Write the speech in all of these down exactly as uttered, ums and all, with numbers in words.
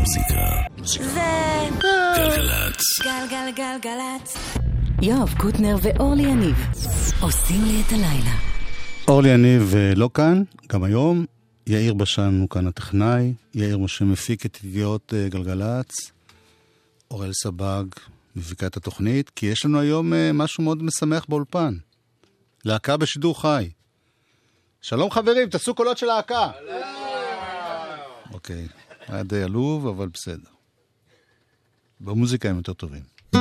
המוזיקה זה גלגלצ. גלגלגלגלצ. יואב קוטנר ואורלי יניב עושים לי את הלילה. אורלי יניב לא כאן, גם היום. יאיר בשן הוא כאן הטכנאי, יאיר משה מפיק את ידיעות גלגלצ, אורל סבג מפיקה את התוכנית, כי יש לנו היום משהו מאוד משמח באולפן. להקה בשידור חי. שלום חברים, תעשו קולות של להקה. אוקיי, היה די עלוב, אבל בסדר. במוזיקה הם יותר טובים.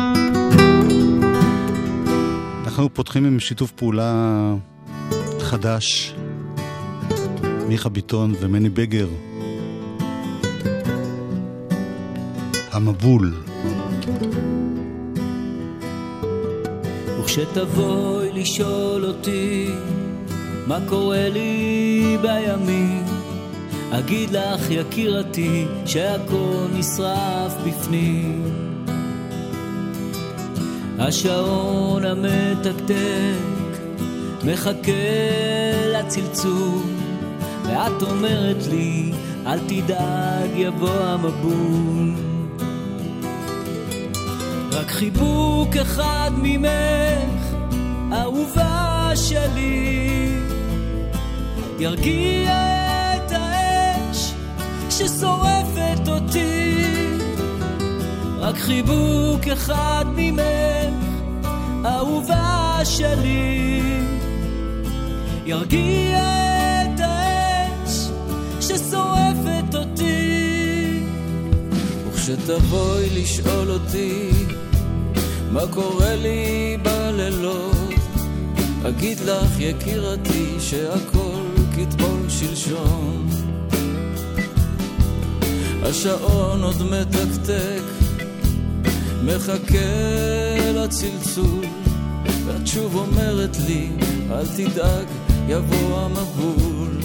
אנחנו פותחים עם שיתוף פעולה חדש. מיכה ביטון ומני בגר. המבול. וכשתבואי לשאול אותי מה קורה לי בימים, אגיד לך יקירתי שהכל נשרף בפנים. השעון המתקתק מחכה לצלצול, ואת אומרת לי אל תדאג יבוא המבול. רק חיבוק אחד ממך אהובה שלי ירגיע את האש ששורפת אותי. רק חיבוק אחד ממך אהובה שלי ירגיע את האש ששורפת אותי. וכשתבואי לשאול אותי מה קורה לי בלילות, אגיד לך יקירתי שהכל כתמול שלשום. השעון עוד מתקתק מחכה לצלצול, ואת שוב אומרת לי אל תדאג יבוא המבול.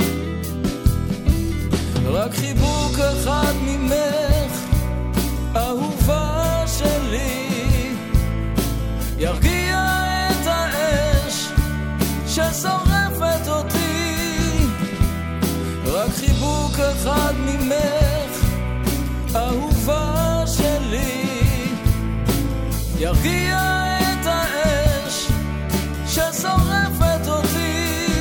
רק חיבוק אחד ממך אהובה שלי ירגיע את האש ששורפת אותי. רק חיבוק אחד ממך אהובה שלי ירגיע את האש ששורפת אותי.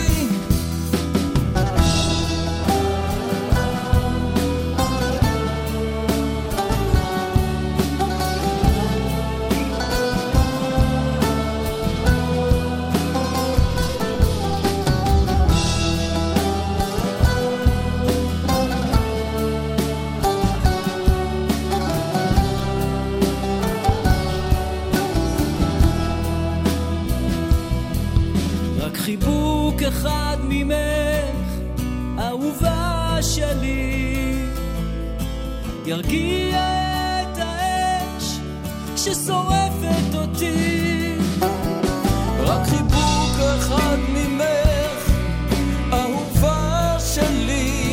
חיבוק אחד ממך אהובה שלי ירגיע את האש ששורפת אותי. רק חיבוק אחד ממך אהובה שלי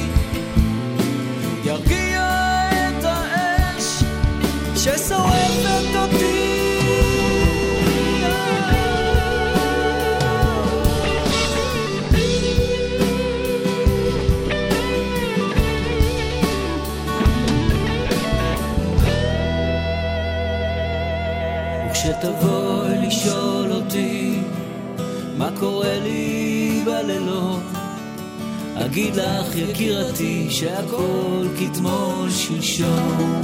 ירגיע את האש ששורפת אותי. כשתבואי לשאול אותי מה קורה לי בלילות, אגיד לך יקירתי שהכל כתמול שלשום.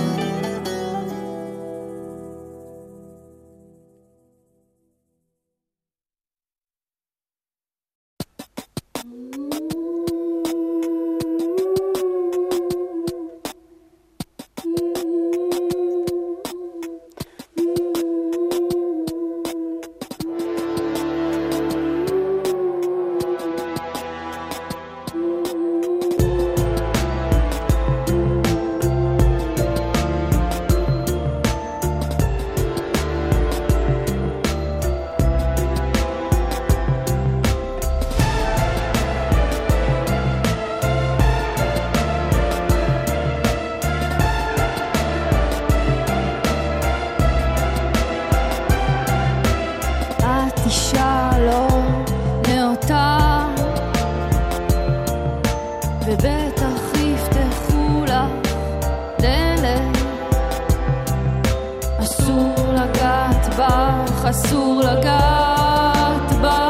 אסור לגעת בה,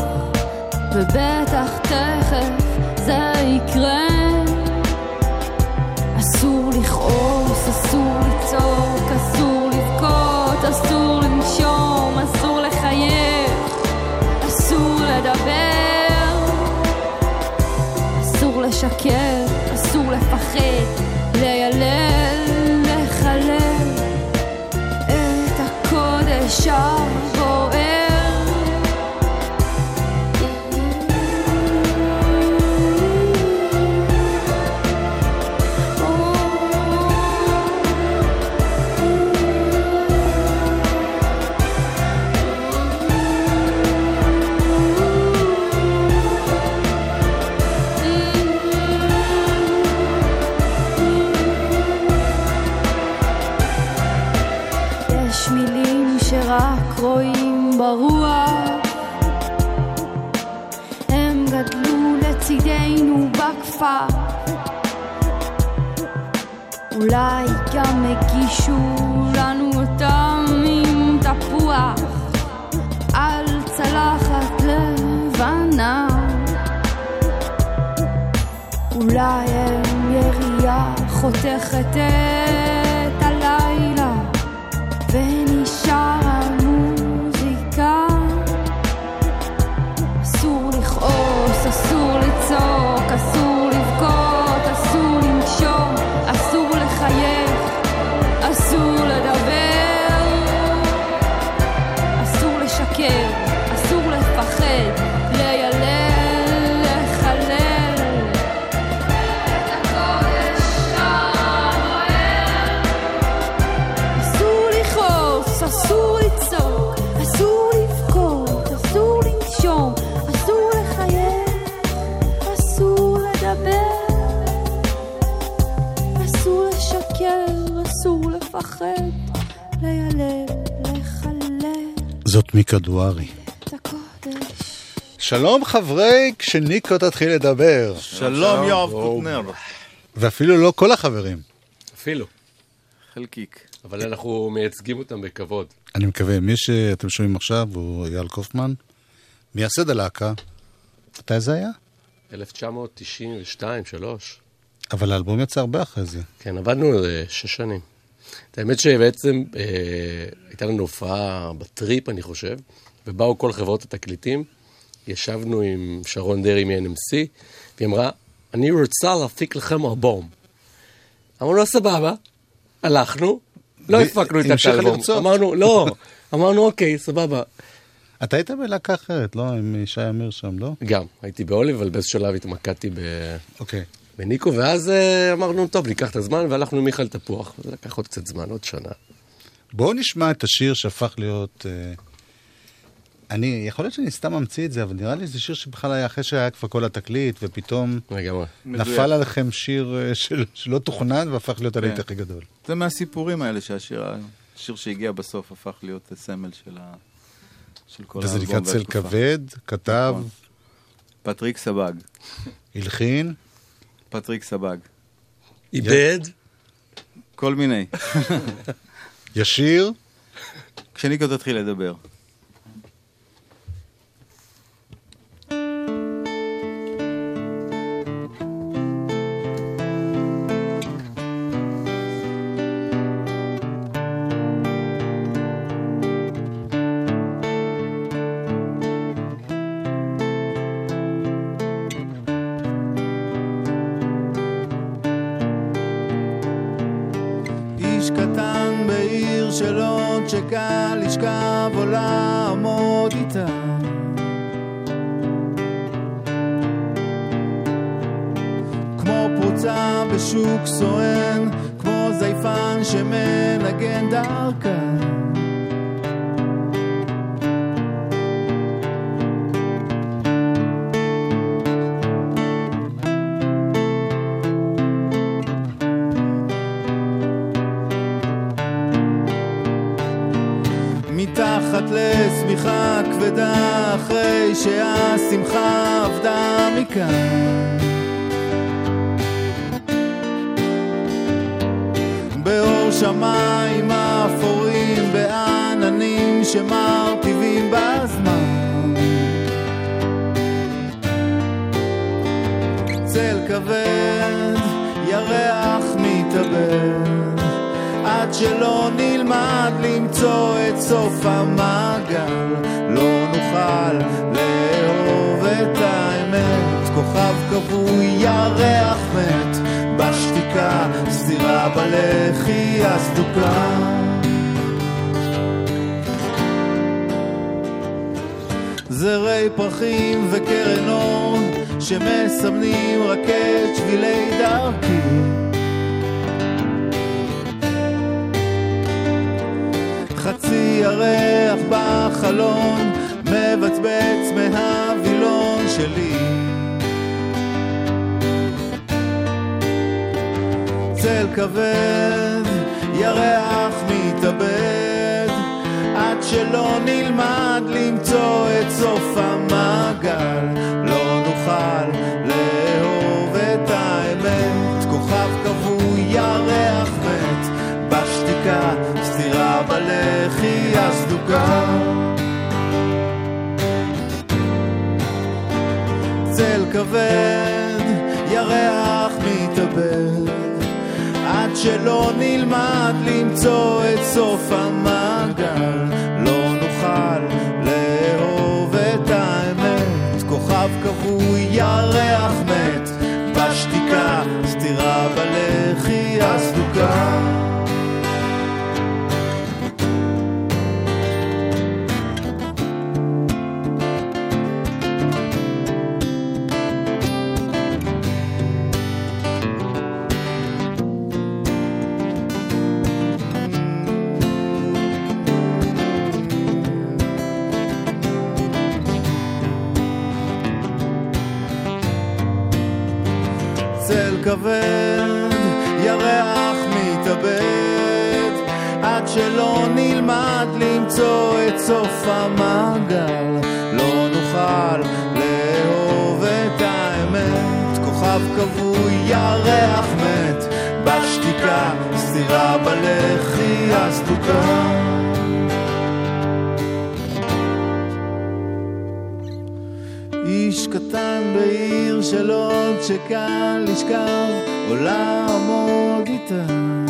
ובטח תכף זה יקרה. אסור לכעוס, אסור לצעוק, אסור לבכות, אסור לנשום, אסור לחייך, אסור לדבר, אסור לשקר, אסור לפחד, ליילל, לחלל את הקודש הבוער. רק רואים ברוח, הם גדלו לצידנו בכפר, אולי גם הגישו לנו אותם עם תפוח על צלחת לבנה, אולי הם ירייה חותכת את הלילה ונשאר המוזיקה. אסור לכעוס, אסור לצעוק, אסור לבכות, אסור לנשום, אסור לחייך, אסור לדבר, אסור לשקר, אסור לפחד, ליילל, לחלל את הקודש הבוער. אסור לכעוס, אסור לצעוק, אסור לבכות, אסור לנשום, אסור לחייך, אסור לדבר, אסור לשקר, אסור לפחד, ליילל, לחלל זאת מיקה דוארי. את הקודש. שלום חברי, כשניקו תתחיל לדבר. שלום יואב קוטנר. ואפילו לא כל החברים. אפילו. חלקיק. אבל אנחנו מייצגים אותם בכבוד. אני מקווה, מי שאתם שומעים עכשיו הוא אייל קופמן, מייסד הלהקה. מתי זה היה? אלף תשע מאות תשעים ושתיים, שלוש. אבל האלבום יצא הרבה אחרי זה. כן, עבדנו שש שנים. את האמת שבעצם אה, הייתה לנו הופעה בטריפ, אני חושב, ובאו כל חברות התקליטים, ישבנו עם שרון דרי מ-אן אם סי, והיא אמרה, אני רוצה להפיק לכם אלבום. אמרנו, לא סבבה, הלכנו, לא הפקנו את האלבום. אמרנו, לא, אמרנו, אוקיי, סבבה. אתה היית בלהקה אחרת, לא? עם שי אמיר שם, לא? גם, הייתי באוליב, אבל באיזה שלב התמקדתי ב... אוקיי. בניקו, ואז אמרנו, טוב, ניקח את הזמן, והלכנו עם מיכל תפוח. זה לקח עוד קצת זמן, עוד שנה. בואו נשמע את השיר שהפך להיות... אני, יכול להיות שאני סתם ממציא את זה, אבל נראה לי זה שיר שבכלל היה אחרי שהיה כבר כל התקליט, ופתאום נפל עליכם שיר של, שלא תוכנן, והפך להיות הלהיט הכי גדול. זה מהסיפורים האלה שהשיר השיר שהגיע בסוף הפך להיות הסמל של, ה, של כל האלבום. וזה נקרא צל כבד, כתב... פטריק סבג. הלחין. פטריק סבג. איבד. כל מיני. ישיר. כשניקו תתחיל לדבר. שקל לשכב או לעמוד איתה, כמו פרוצה בשוק סואן, כמו זייפן שמנגן דרכה, מתחת לסמיכה כבדה אחרי שהשמחה עבדה מכאן, באור שמיים אפורים בעננים שמרטיבים בזמן. צל כבד, ירח מתאבד, עד שלא נלמד למצוא את סוף המעגל, לא נוכל לאהוב את האמת. כוכב כבוי, ירח מת, בשתיקה, סתירה בלחי הסדוקה. זרי פרחים וקרן אור שמסמנים רק את שבילי דרכי. חצי ירח בחלון מבצבץ מהווילון שלי. צל כבד, ירח מתאבד, עד שלא נלמד למצוא את סוף המעגל, לא נוכל לאהוב את האמת. כוכב כבוי, ירח מת, בשתיקה, סתירה בלחי הסדוקה. צל כבד, ירח מתאבד, עד שלא נלמד למצוא את סוף המעגל, לא נוכל לאהוב את האמת. כוכב כבוי, ירח מת, בשתיקה, סתירה בלחי הסדוקה. כבד, ירח מתאבד, עד שלא נלמד למצוא את סוף המעגל, לא נוכל לאהוב את האמת. כוכב כבוי, ירח מת, בשתיקה, סתירה בלחי הסדוקה. איש קטן בעיר של עוד שקל לשכב, עולה עמוד איתה.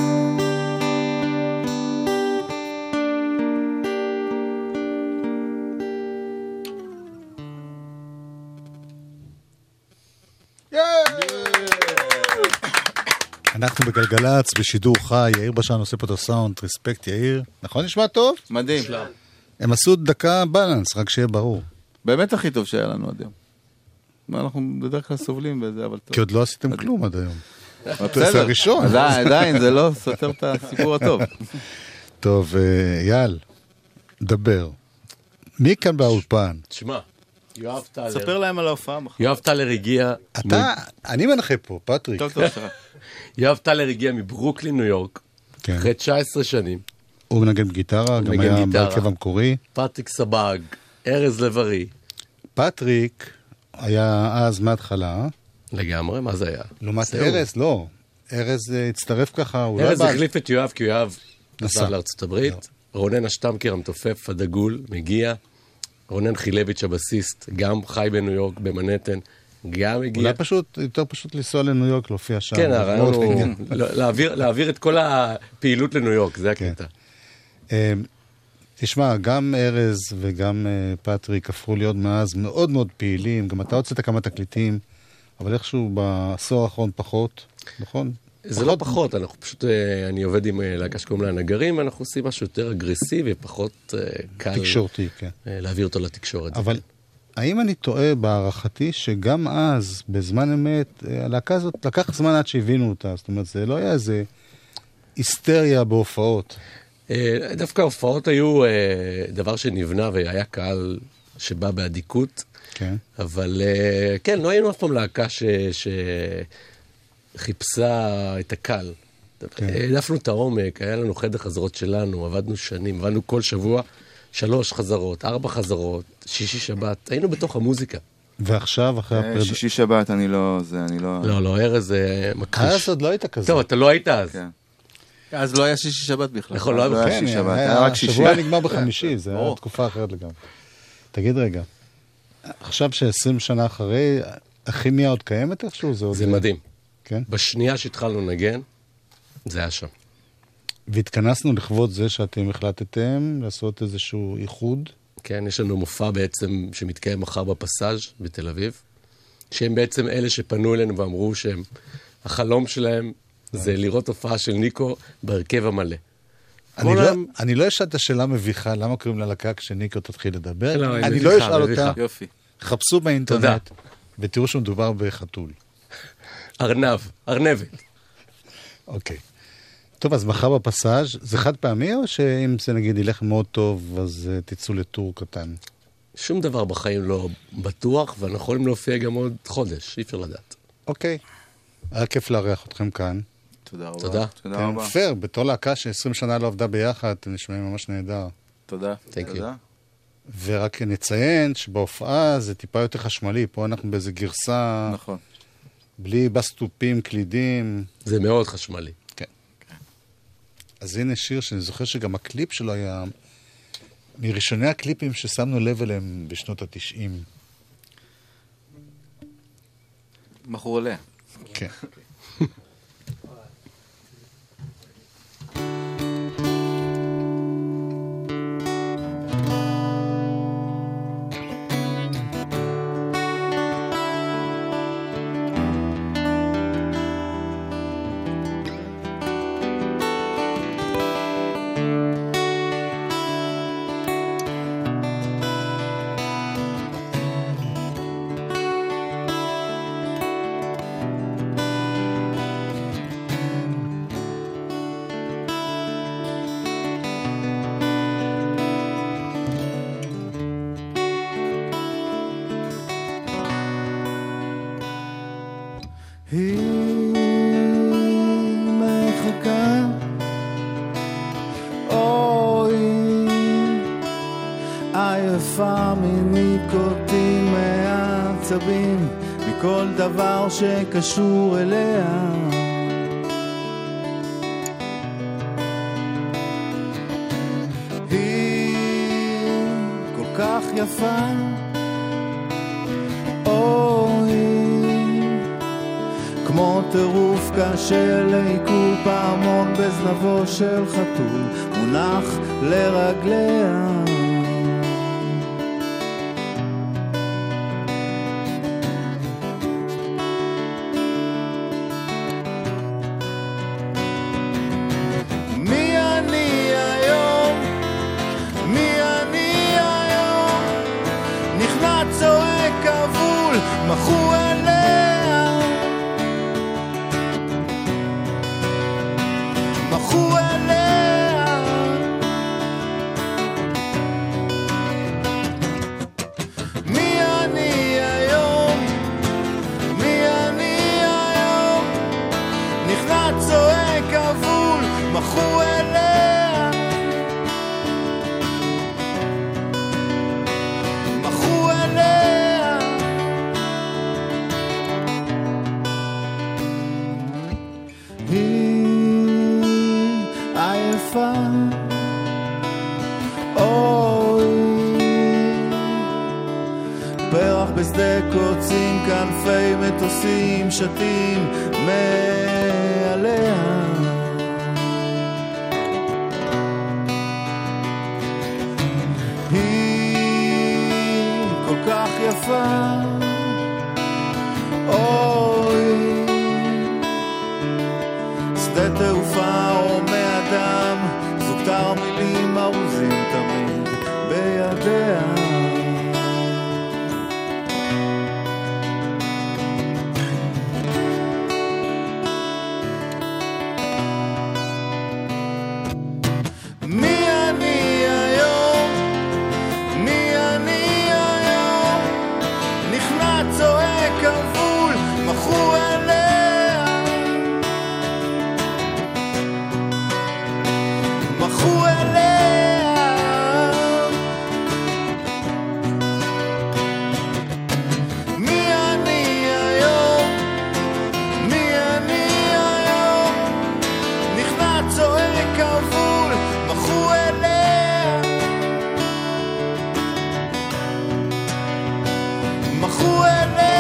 אנחנו בגלגלץ, בשידור חי, יאיר בשן עושה פה את הסאונד, רספקט יאיר. נכון, נשמע טוב? מדהים. הם עשו דקה בלנס, רק שיהיה ברור. באמת הכי טוב שהיה לנו עד היום. אנחנו בדרך כלל סובלים בזה, אבל טוב. כי עוד לא עשיתם כלום עד היום. זה הראשון. עדיין, זה לא סותר את הסיפור הטוב. טוב, אייל, דבר. מי כאן באולפן? תשמע, יואב טלר. ספר להם על ההופעה. יואב טלר הגיע... אתה, אני מנחה פה, פטריק. טוב, טוב, שרה. יואב טלר הגיע מברוקלין, ניו יורק, אחרי תשע עשרה שנים. הוא מנגן גיטרה, גם היה בהרכב המקורי. פטריק סבג, ארז לב-ארי. פטריק היה אז מההתחלה. לגמרי, מה זה היה? לעומת ארז, לא. ארז הצטרף ככה. ארז החליף את יואב, כי יואב נסע לארצות הברית. רונן השטמקר המתופף, הדגול, מגיע. רונן חילביץ' הבסיסט, גם חי בניו יורק, במנהטן. גם הגיע... אולי פשוט, יותר פשוט לנסוע לניו יורק, להופיע שם. כן, הרעיון הוא להעביר את כל הפעילות לניו יורק, זה הקטע. תשמע, גם ארז וגם פטריק הפכו להיות מאז מאוד מאוד פעילים, גם אתה הוצאת כמה תקליטים, אבל איכשהו בעשור האחרון פחות, נכון? זה לא פחות, אנחנו פשוט, אני עובד עם להקה שקוראים לה נגרים, ואנחנו עושים משהו יותר אגרסיבי, פחות קל... תקשורתי, כן. להעביר אותו לתקשורת. אבל האם אני טועה בהערכתי שגם אז, בזמן אמת, הלהקה הזאת לקח זמן עד שהבינו אותה, זאת אומרת, זה לא היה איזה היסטריה בהופעות. דווקא ההופעות היו דבר שנבנה והיה קהל שבא בעדיקות, כן. אבל כן, לא היינו אף פעם להקה שחיפשה את הקהל. העדפנו את העומק, היה לנו חדר חזרות שלנו, עבדנו שנים, עבדנו כל שבוע שלוש חזרות, ארבע חזרות, שישי שבת, היינו בתוך המוזיקה. ועכשיו, אחרי הפרד... שישי שבת, אני לא... זה, אני לא... לא, לא, ארז זה מכחיש. אז עוד לא היית כזה. טוב, אתה לא היית אז. כן. אז לא היה שישי שבת בכלל. נכון, לא היה כן, שישי שבת, היה- היה רק שישי. השבוע נגמר בחמישי, זה היה ברור. תקופה אחרת לגמרי. תגיד רגע, עכשיו ש-עשרים שנה אחרי, הכימיה עוד קיימת איכשהו? זה עוד- זה מדהים. כן? בשנייה שהתחלנו לנגן, זה היה שם. והתכנסנו לכבוד זה שאתם החלטתם לעשות איזשהו איחוד. כן, יש לנו מופע בעצם שמתקיים מחר בפסאז' בתל אביב, שהם בעצם אלה שפנו אלינו ואמרו שהם, החלום שלהם זה לראות הופעה של ניקו בהרכב המלא. אני כל לא- היום- אני לא אשאל את השאלה מביכה, למה קוראים ללהקה כשניקו תתחיל לדבר? לא, היא אני לא מביכה, אשאל מביכה. אותה. יופי. חפשו באינטרנט, ותראו שמדובר בחתול. ארנב, ארנבת. אוקיי. טוב, אז מחר בפסאז' זה חד פעמי, או שאם זה נגיד ילך מאוד טוב, אז uh, תצאו לטור קטן? שום דבר בחיים לא בטוח, ואנחנו יכולים להופיע גם עוד חודש, אי אפשר לדעת. אוקיי. היה כיף לארח אתכם כאן. תודה רבה. תודה. תודה כן, רבה. פייר, בתור להקה ש-עשרים שנה לא עבדה ביחד, אתם נשמעים ממש נהדר. תודה. Thank you. תודה. ורק נציין שבהופעה זה טיפה יותר חשמלי, פה אנחנו באיזה גרסה, נכון. בלי בסטופים, קלידים. זה מאוד חשמלי. כן. אז הנה שיר שאני זוכר שגם הקליפ שלו היה מראשוני הקליפים ששמנו לב אליהם בשנות התשעים. בחור עולה. כן. היא מחכה, אוי, עייפה מניקוטין, מעצבים, מכל דבר שקשור אליה. היא כל כך יפה, אוי, כמו טירוף קשה לעיכול פעמון בזנבו של חתול מונח לרגליה. מי אני היום? מי אני היום? נכנע צועק כבול, מחו אליה, מחו אליה. מי אני היום? מי אני היום? נכנע צועק כבול, מחו אליה, מחו אליה. היא עייפה, אוי, פרח בשדה קוצים, כנפי מטוסים שתים מעליה. היא כל כך יפה, אוי, שדה תעופה או מאדם, זוג תרמילים ארוזים תמיד בידיה. מי אני היום? מי אני היום? נכנע צועק כבול, מחו אליה, מחו אליה. צועק כבול, מחו אליה, מחו אליה.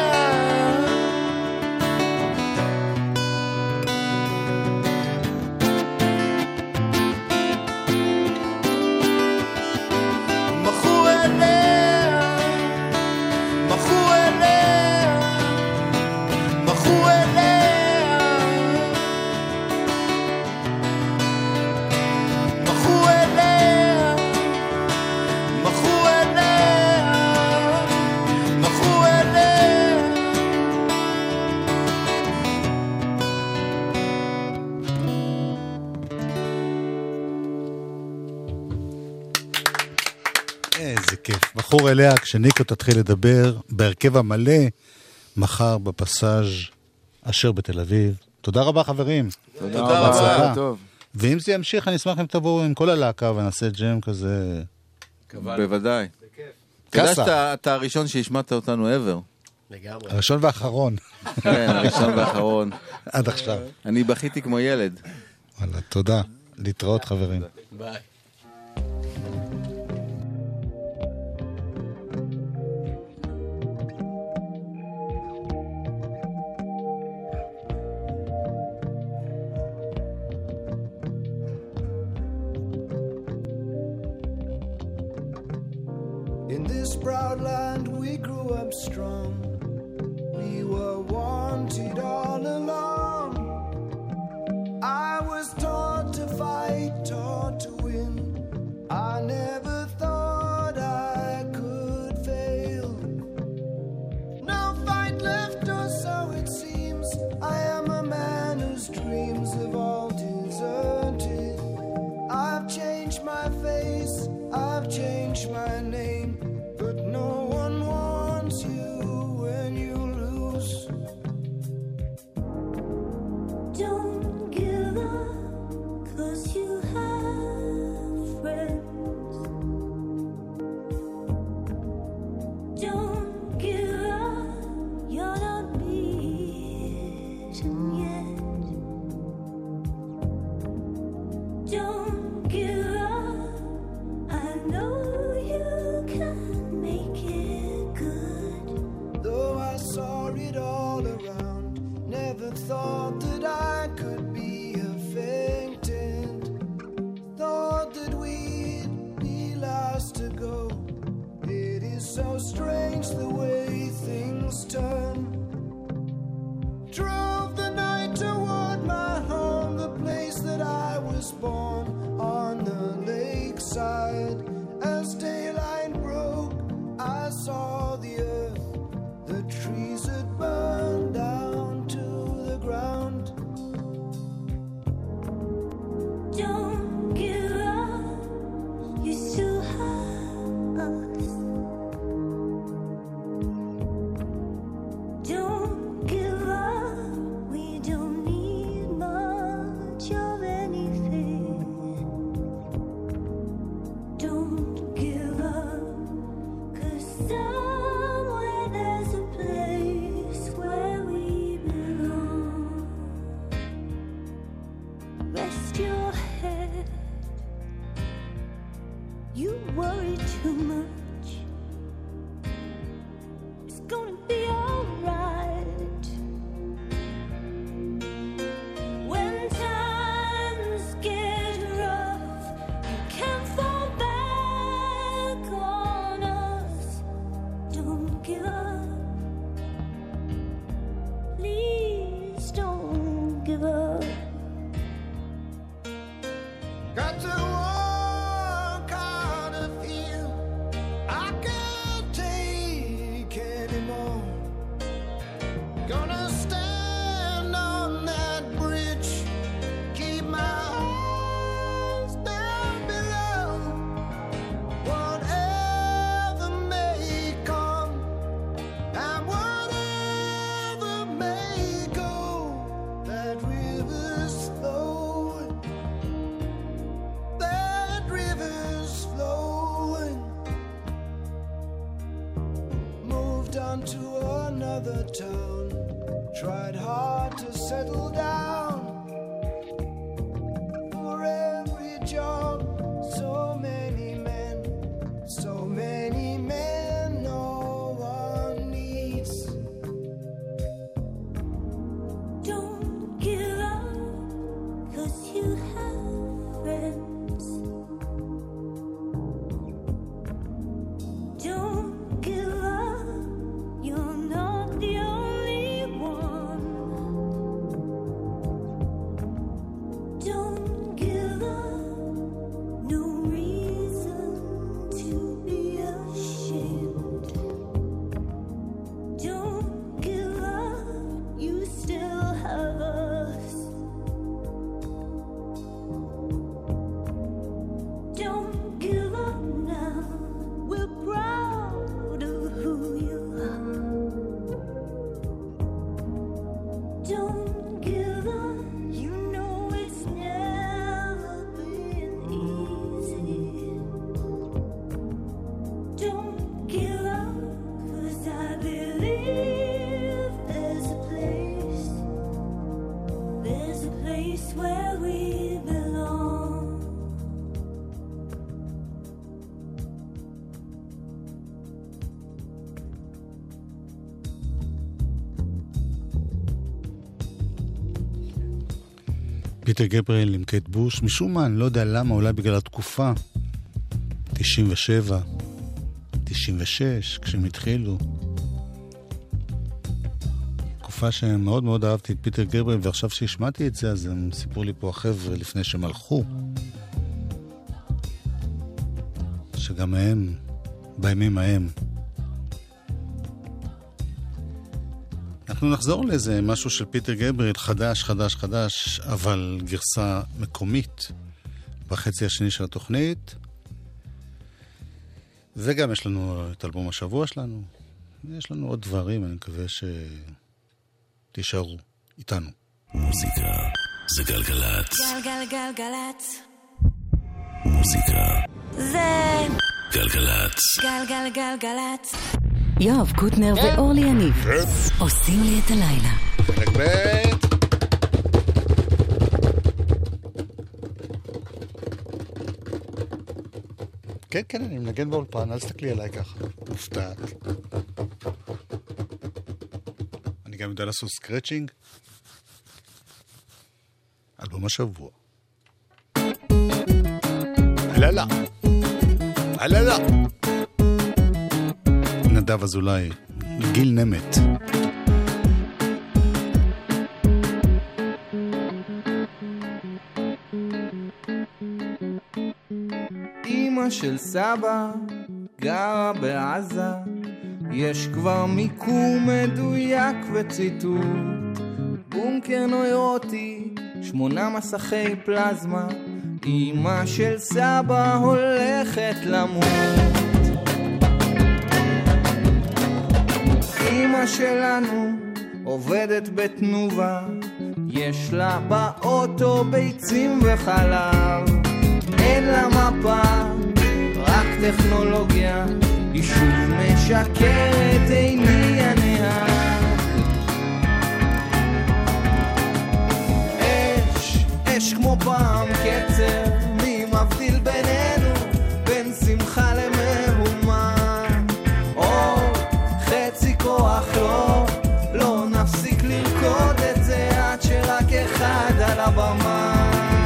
בחור אליה, כשניקו תתחיל לדבר בהרכב המלא, מחר בפסאז' אשר בתל אביב. תודה רבה חברים. תודה רבה. טוב. ואם זה ימשיך, אני אשמח אם תבואו עם כל הלהקה ונעשה ג'ם כזה. בוודאי. אתה יודע שאתה הראשון שהשמעת אותנו ever. לגמרי. הראשון והאחרון. כן, הראשון והאחרון. עד עכשיו. אני בכיתי כמו ילד. וואלה, תודה. להתראות חברים. ביי. In this proud land we grew up strong. We were wanted all along. I was taught to fight, taught to win. I never thought I could fail. No fight left, or so it seems. I am a man whose dreams have all deserted. I've changed my face, I've changed my name. But no one wants you when you lose. Don't give up, 'cause you have friends. Don't give up, you're not beaten yet. Don't give up, I know you can. Though I saw it all around, never thought that I could be a faintant. Thought that we'd be last to go. It is so strange the way things turn. Drove the night toward my home, the place that I was born, on the lakeside. As daylight broke, I saw the earth, the trees had burned down to the ground. Don't give up, you still have us. Don't give up, we don't need much of anything. Don't give up, 'cause somewhere there's a place where we belong. Rest your head, you worry too much. It's gonna be alright. When times get rough, you can't fall back on us. Don't give up, please don't give up. Got to walk out of here, I can't take anymore. Gonna stand on that bridge, keep my eyes down below. Whatever may come, and whatever may go, that river's flowing. place where we belong. פיטר גבריאל עם קייט בוש, משום מה, אני לא יודע למה, אולי בגלל התקופה, תשעים ושבע, תשעים ושש, כשהם התחילו. תקופה שמאוד מאוד אהבתי את פיטר גבריאל, ועכשיו שהשמעתי את זה, אז הם סיפרו לי פה החבר'ה לפני שהם הלכו, שגם הם, בימים ההם. אנחנו נחזור לזה, משהו של פיטר גבריאל, חדש, חדש, חדש, אבל גרסה מקומית בחצי השני של התוכנית. וגם יש לנו את אלבום השבוע שלנו. יש לנו עוד דברים, אני מקווה שתישארו איתנו. מוזיקה זה גלגלצ. גלגלגלגלצ. מוזיקה זה גלגלצ. גלגלגלגלצ. יואב קוטנר ואורלי יניב עושים לי את הלילה. חלק בית. כן, כן, אני מנגן באולפן, אל תסתכלי עליי ככה. מופתעת. אני גם יודע לעשות סקרצ'ינג. אלבום השבוע. הללה. הללה. נדב אזולאי, גיל נמת. אמא של סבא גרה בעזה, יש כבר מיקום מדויק וציטוט, בונקר נוירוטי, שמונה מסכי פלזמה, אמא של סבא הולכת למות. אמא שלנו עובדת בתנובה, יש לה באוטו ביצים וחלב, אין לה מפה, רק טכנולוגיה, היא שוב משקרת, איני הנהג. אש, אש כמו פעם קצר, מי מבדיל בינינו, בין שמחה למהומה, או חצי כוח לא, לא נפסיק לרקוד את זה עד שרק אחד על הבמה.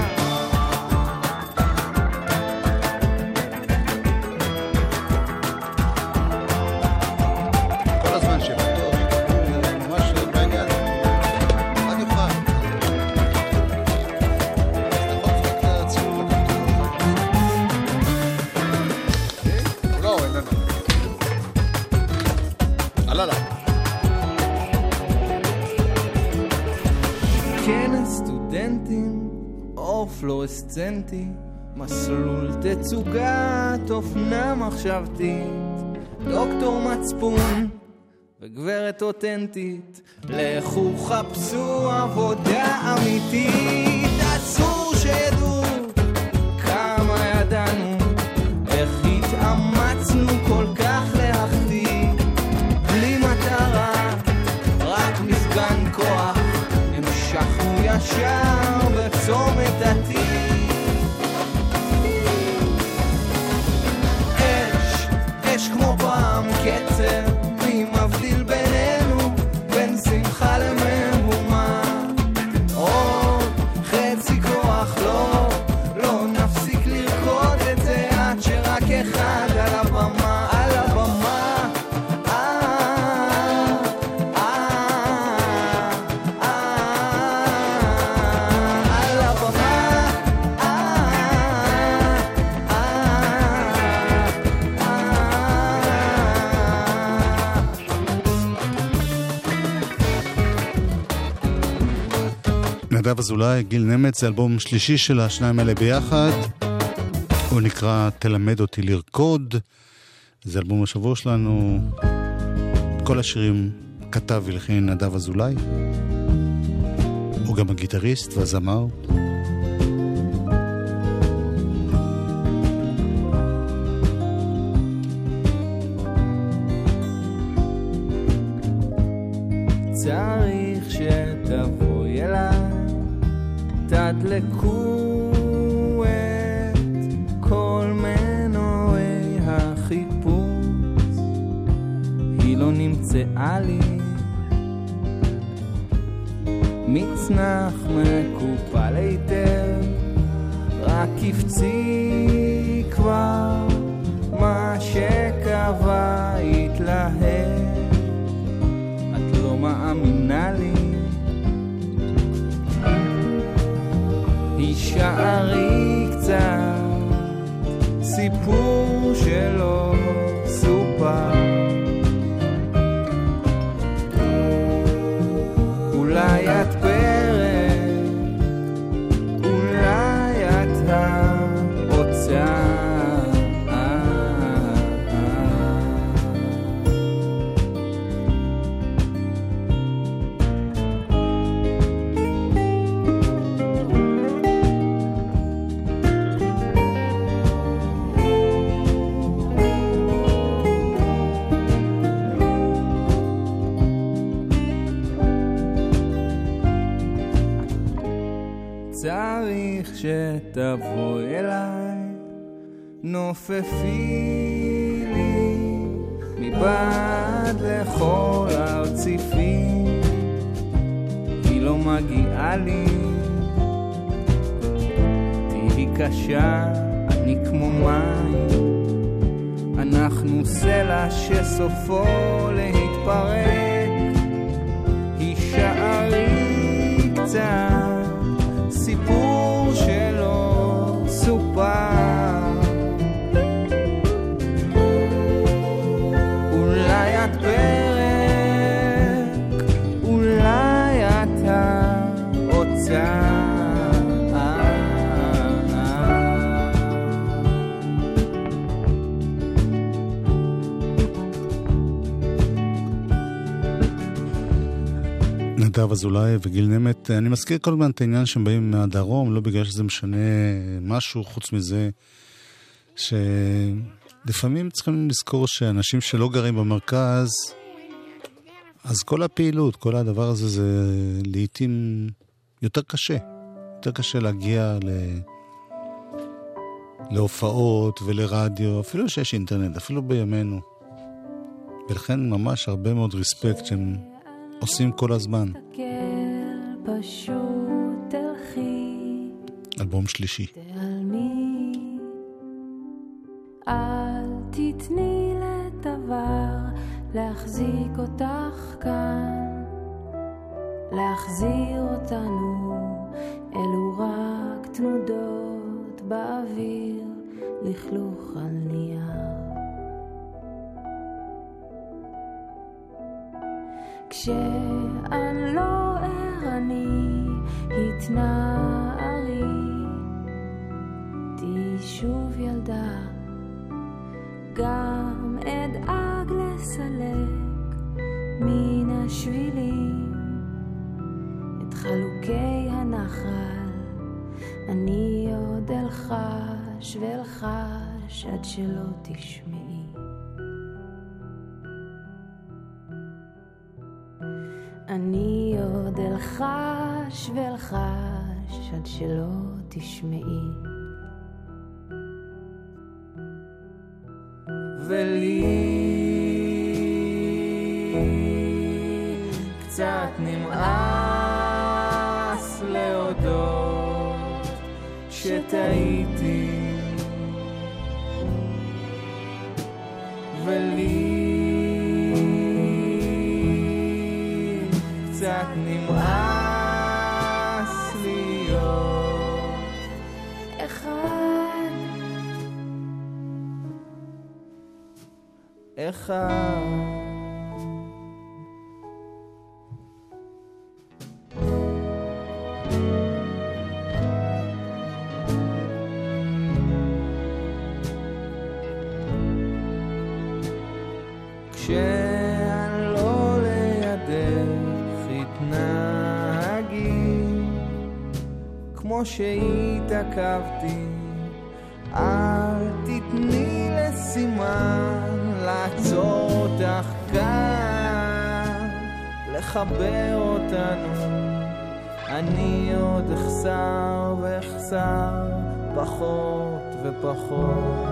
פלורסצנטי, מסלול תצוגת אופנה מחשבתית, דוקטור מצפון וגברת אותנטית, לכו חפשו עבודה אמיתית, אסור שידעו כמה ידענו, איך התאמצנו כל כך להחטיא, בלי מטרה, רק מפגן כוח, המשכנו ישר בצומת עתיד. אש, אש כמו פעם קצר, מי מבדיל בינינו, בין שמחה למהומה, או חצי כוח לא, לא נפסיק לרקוד את זה עד שרק אחד על הבמה, על הבמה. נדב אזולאי, גיל נמת, זה אלבום שלישי של השניים האלה ביחד. הוא נקרא תלמד אותי לרקוד. זה אלבום השבוע שלנו. כל השירים כתב ולחין נדב אזולאי. הוא גם הגיטריסט והזמר. צריך שתבואי אליי, ידלקו את כל מנועי החיפוש, היא לא נמצאה לי, מצנח מקופל היטב, רק קפצי כבר מה שקבע התלהב, את לא מאמינה לי, הישארי קצת, סיפור שלא סופר, אולי את פרק, אולי את האוצר, צריך שתבוא אליי, נופפי לי מבעד לכל הרציפים, היא לא מגיעה לי, תהי קשה, אני כמו מים, אנחנו סלע שסופו להתפרק, הישארי קצת, סיפור שלא סופר, אולי את פרק, אולי את האוצר, נדב אזולאי וגיל נמת. אני מזכיר כל הזמן את העניין שהם באים מהדרום, לא בגלל שזה משנה משהו חוץ מזה, שלפעמים צריכים לזכור שאנשים שלא גרים במרכז, אז כל הפעילות, כל הדבר הזה, זה לעתים יותר קשה. יותר קשה להגיע ל... להופעות ולרדיו, אפילו שיש אינטרנט, אפילו בימינו. ולכן ממש הרבה מאוד רספקט שהם עושים כל הזמן. פשוט תלכי, אלבום שלישי. תעלמי, אל תתני לדבר להחזיק אותך כאן, להחזיר אותנו, אלו רק תנודות באוויר, לכלוך על נייר. כשאני לא ערני התנערי, תהי שוב ילדה, גם אדאג לסלק מן השבילים את חלוקי הנחל, אני עוד אלחש ואלחש עד שלא תשמעי. אני עוד אלחש ואלחש עד שלא תשמעי. ולי קצת נמאס להודות שטעיתי, ולי קצת נמאס להיות אחד אחד. כשאני לא לידך התנהגי כמו שהתעכבתי, אל תתני לסימן לעצור אותך כאן, לחבר אותנו, אני עוד אחסר ואחסר פחות ופחות.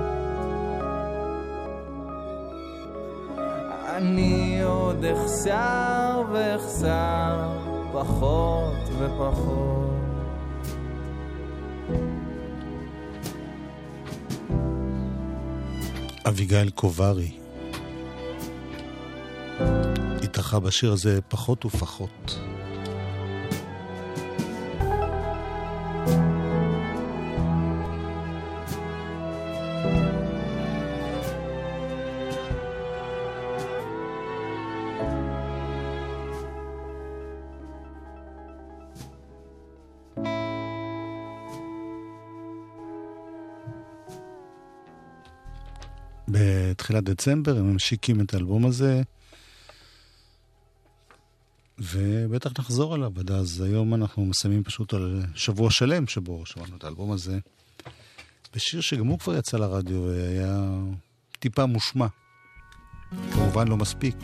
אני עוד אחסר ואחסר פחות ופחות. אביגיל קוברי התארחה בשיר הזה פחות ופחות. בתחילת דצמבר הם ממשיקים את האלבום הזה, ובטח נחזור עליו עד אז. היום אנחנו מסיימים פשוט על שבוע שלם שבו שמענו את האלבום הזה, בשיר שגם הוא כבר יצא לרדיו והיה טיפה מושמע, כמובן לא מספיק.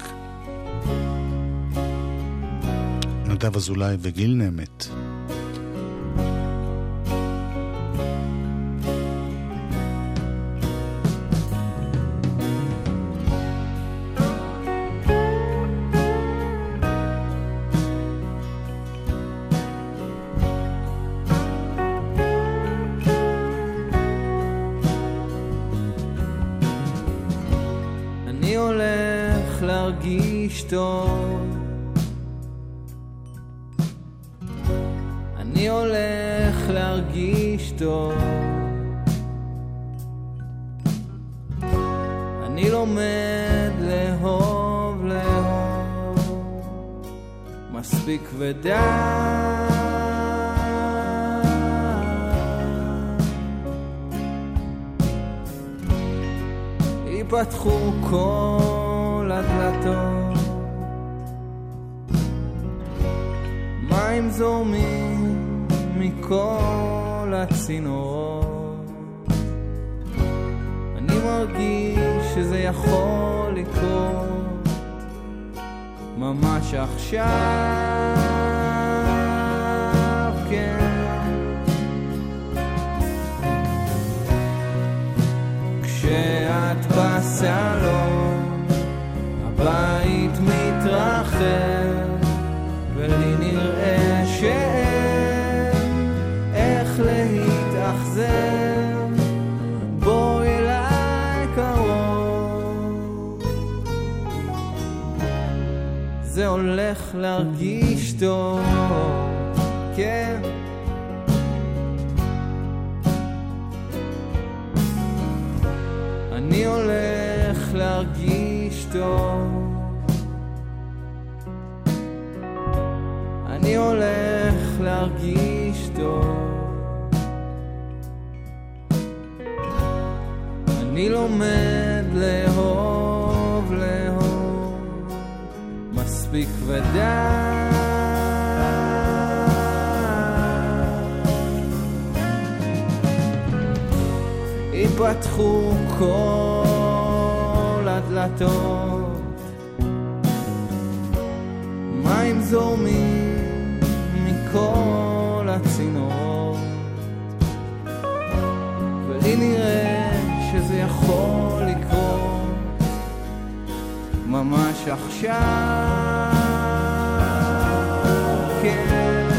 נדב אזולאי וגיל נמת. טוב, אני הולך להרגיש טוב, אני לומד לאהוב לאהוב מספיק ודי. ייפתחו כל הדלתות, מים זורמים מכל הצינורות, אני מרגיש שזה יכול לקרות ממש עכשיו, כן. כשאת בסלון הבית מתרחב ולי נראה שאין איך להתאכזר, בואי אליי קרוב, זה הולך להרגיש טוב, כן. אני הולך להרגיש טוב, אני הולך להרגיש טוב, אני לומד לאהוב לאהוב מספיק ודי. ייפתחו כל הדלתות, מים זורמים מכל הצינורות, ולי נראה שזה יכול לקרות ממש עכשיו, כן.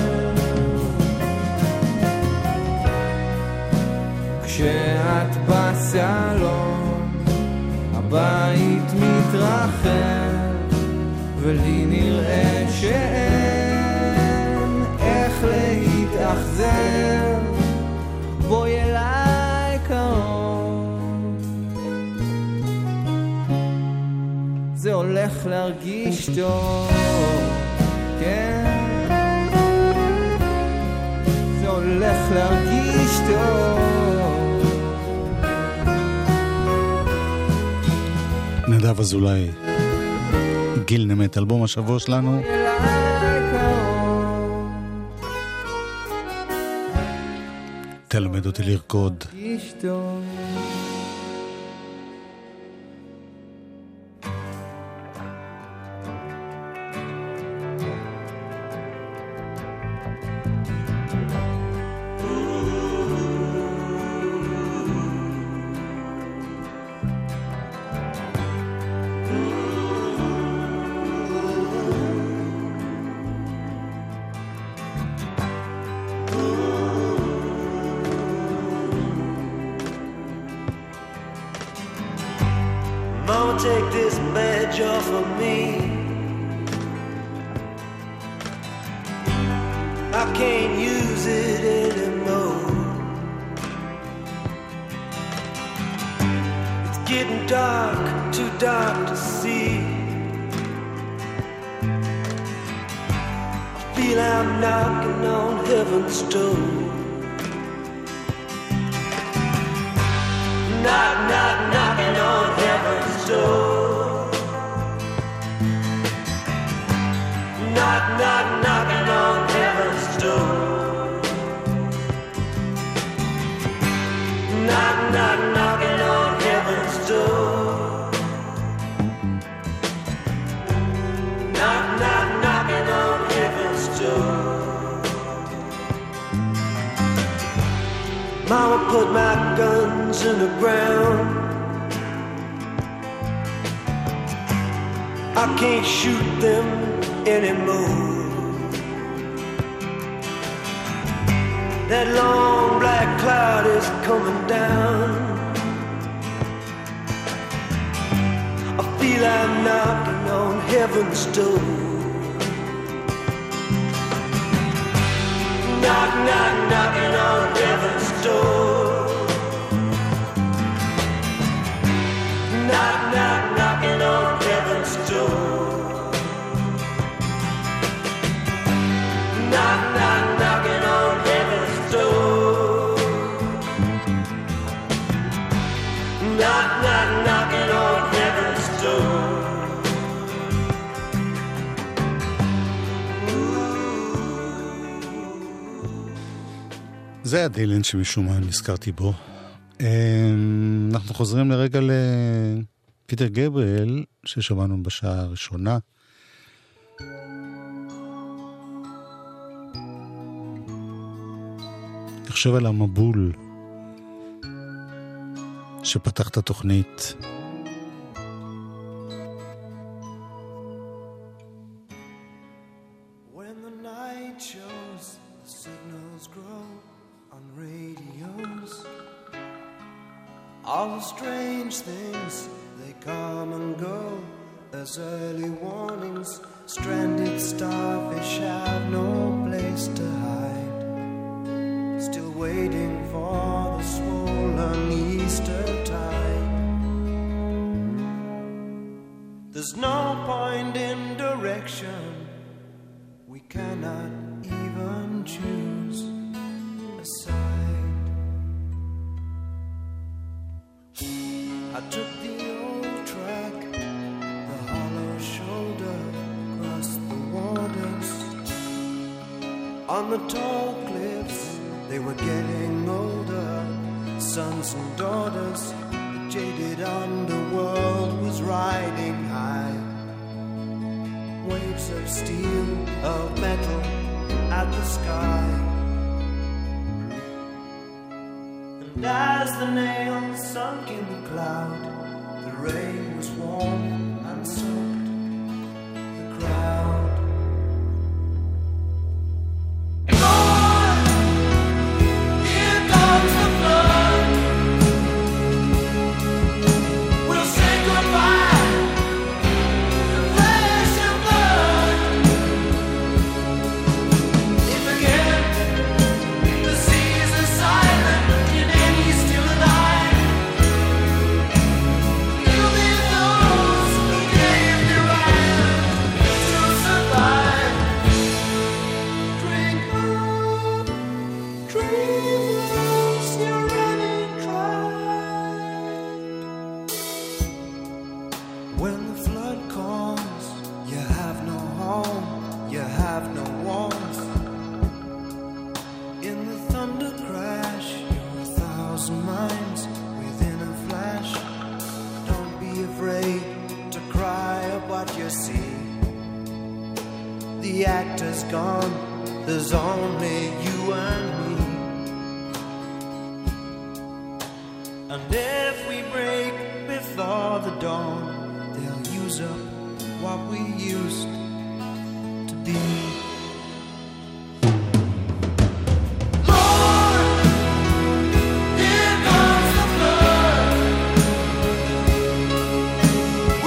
כשאת בסלון הבית מתרחב ולי נראה שאין איך להתאכזר, בואי אליי קרוב, זה הולך להרגיש טוב, כן. זה הולך להרגיש טוב. נדב אזולאי, גיל נמת, אלבום השבוע שלנו. תלמד אותי לרקוד. take this badge off of me. I can't use it anymore. It's getting dark, too dark to see. I feel I'm knocking on heaven's door. Knock, knock, knocking on heaven's door. Knock, knock, knocking on heaven's door. Knock, knock, knocking on heaven's door. Knock, knock, knocking on heaven's door. Mama put my guns in the ground. I can't shoot them anymore. That long black cloud is coming down. I feel I'm knocking on heaven's door. Knock, knock, knocking on heaven's door. Knock, knock, knocking on heaven's door. Knock, knock, knocking on heaven's door. Knock, knock, knocking on heaven's door. זה הדילן שמשום מה נזכרתי בו. אנחנו חוזרים לרגע לפיטר גבריאל, ששמענו בשעה הראשונה. תחשב על המבול שפתח את התוכנית. All the strange things, they come and go as early warnings. Stranded starfish have no place to hide, still waiting for the swollen Easter tide. There's no point in direction, we cannot even choose a side. I took the old track, the hollow shoulder, across the waters. On the tall cliffs, they were getting older, sons and daughters. The jaded underworld was riding high. Waves of steel, of metal, at the sky. And as the nails sunk in the cloud, the rain was warm and soaked the crowd. Lord, here comes the flood. We'll say goodbye to flesh and blood. If again the seas are silent, in any still alive, you'll be those who gave me right to survive. Drink up, dreams, you're running dry. When the flood comes, you have no home, you have no warmth. In the thunder crash, you're a thousand miles within a flash. Don't be afraid to cry at what you see. The actor's gone, there's only you and me. And if we break before the dawn, they'll use up what we used to be. Lord, here comes the flood.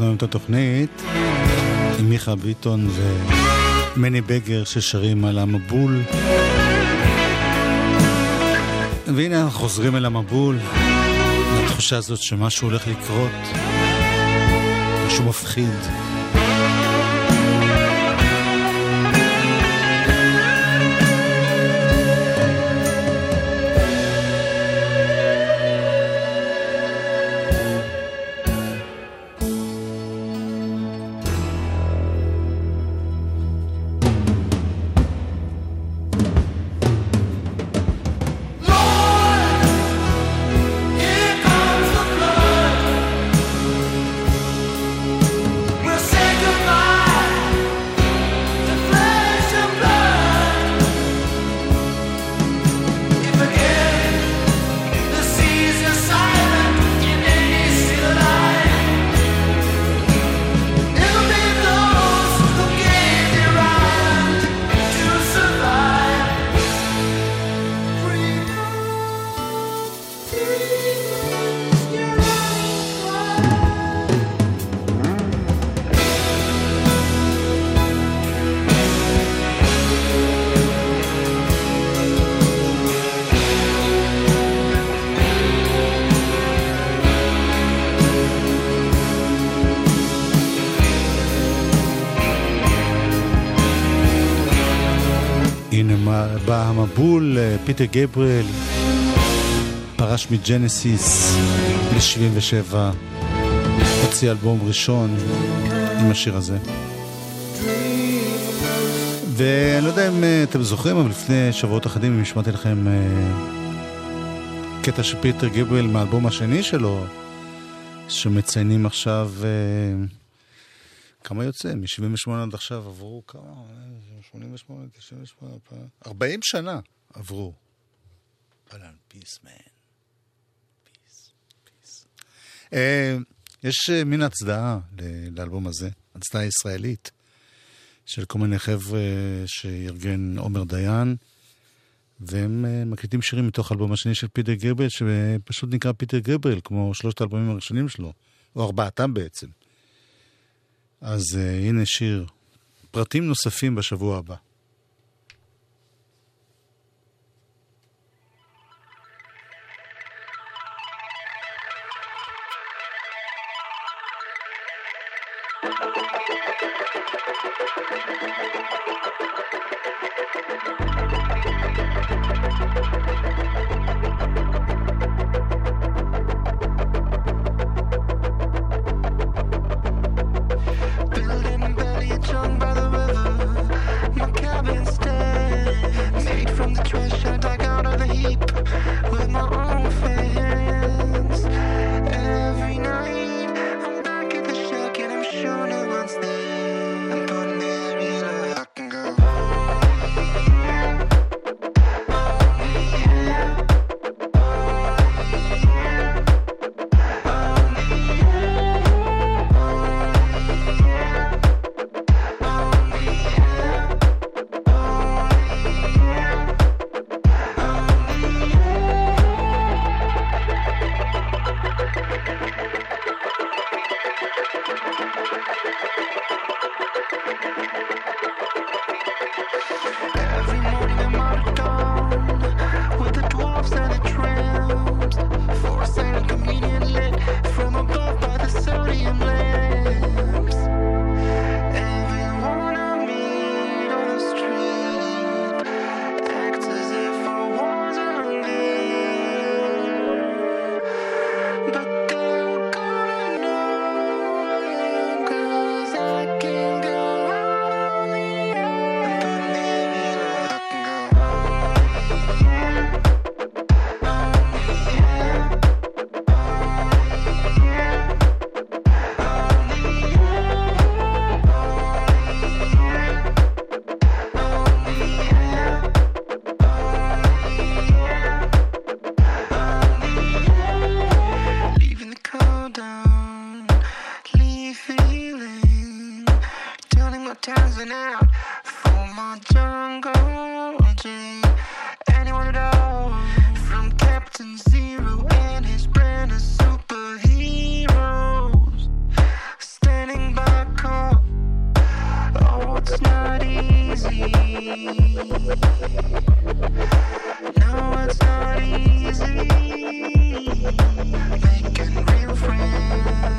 פתחנו היום את התוכנית עם מיכה ביטון ומני בגר ששרים על המבול. והנה אנחנו חוזרים אל המבול, התחושה הזאת שמשהו הולך לקרות, משהו מפחיד. בא המבול, פיטר גבריאל פרש מג'נסיס ב-שבעים ושבע, הוציא אלבום ראשון עם השיר הזה. ואני לא יודע אם אתם זוכרים, אבל לפני שבועות אחדים השמעתי לכם קטע של פיטר גבריאל מהאלבום השני שלו, שמציינים עכשיו כמה יוצא? מ-שבעים ושמונה עד עכשיו עברו כמה? שמונים ושמונה, תשעים ושמונה, ארבעים שנה עברו. Peace, man. Peace, peace. יש מין הצדעה לאלבום הזה, הצדעה ישראלית, של כל מיני חבר'ה שארגן עומר דיין, והם מקליטים שירים מתוך האלבום השני של פיטר גבריאל, שפשוט נקרא פיטר גבריאל, כמו שלושת האלבומים הראשונים שלו, או ארבעתם בעצם. אז uh, הנה שיר, פרטים נוספים בשבוע הבא. No, it's not easy making real friends.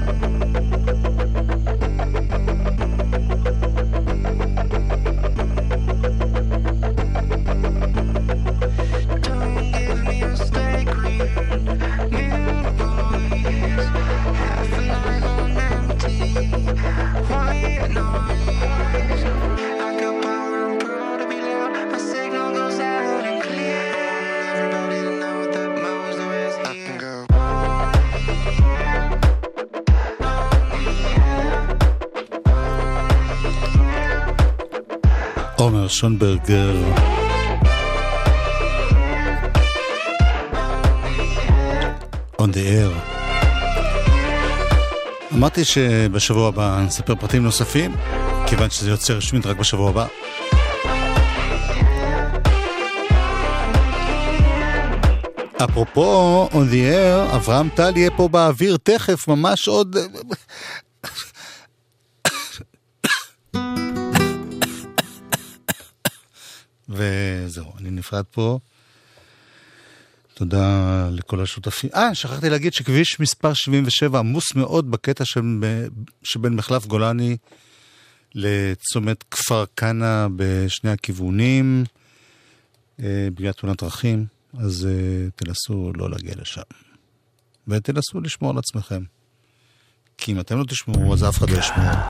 Don't give me a steak green milk boys, half a night on empty white noise. I got power and proud to be loud. My signal goes out and clear. Everybody know that Mozo is here. I can go. עומר שונברגר, On the Air. אמרתי שבשבוע הבא נספר פרטים נוספים, כיוון שזה יוצא רשמית רק בשבוע הבא. אפרופו On the Air, אברהם טל יהיה פה באוויר תכף, ממש עוד... וזהו, אני נפרד פה. תודה לכל השותפים. אה, שכחתי להגיד שכביש מספר שבעים ושבע עמוס מאוד בקטע שבין מחלף גולני לצומת כפר קנה בשני הכיוונים, בגלל תאונת דרכים, אז תנסו לא להגיע לשם. ותנסו לשמור על עצמכם. כי אם אתם לא תשמעו, אז אף אחד לא ישמעו.